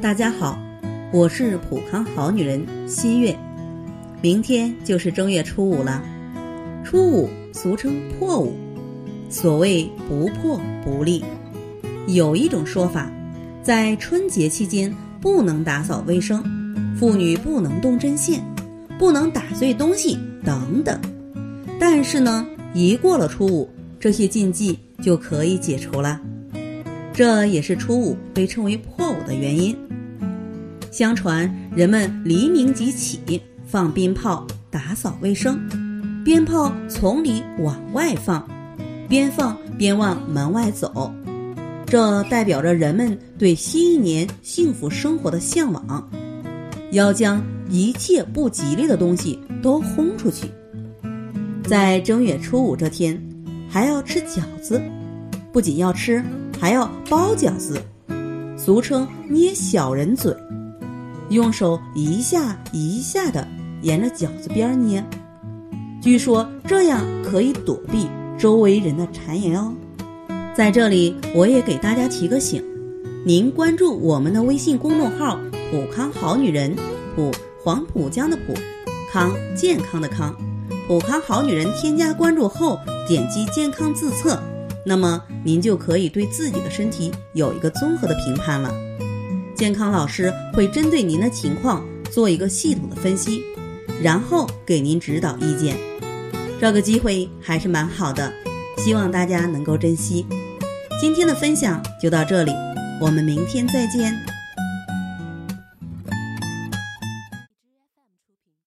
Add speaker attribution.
Speaker 1: 大家好，我是普康好女人新月。明天就是正月初五了，初五俗称破五，所谓不破不立。有一种说法，在春节期间不能打扫卫生，妇女不能动针线，不能打碎东西等等。但是呢，一过了初五，这些禁忌就可以解除了。这也是初五被称为破五的原因。相传人们黎明即起，放鞭炮，打扫卫生，鞭炮从里往外放，边放边往门外走，这代表着人们对新一年幸福生活的向往，要将一切不吉利的东西都轰出去。在正月初五这天还要吃饺子，不仅要吃，还要包饺子，俗称捏小人嘴，用手一下一下的沿着饺子边捏，据说这样可以躲避周围人的谗言哦。在这里我也给大家提个醒，您关注我们的微信公众号普康好女人，普黄浦江的普，康健康的康，普康好女人添加关注后点击健康自测，那么您就可以对自己的身体有一个综合的评判了。健康老师会针对您的情况做一个系统的分析，然后给您指导意见。这个机会还是蛮好的，希望大家能够珍惜。今天的分享就到这里，我们明天再见。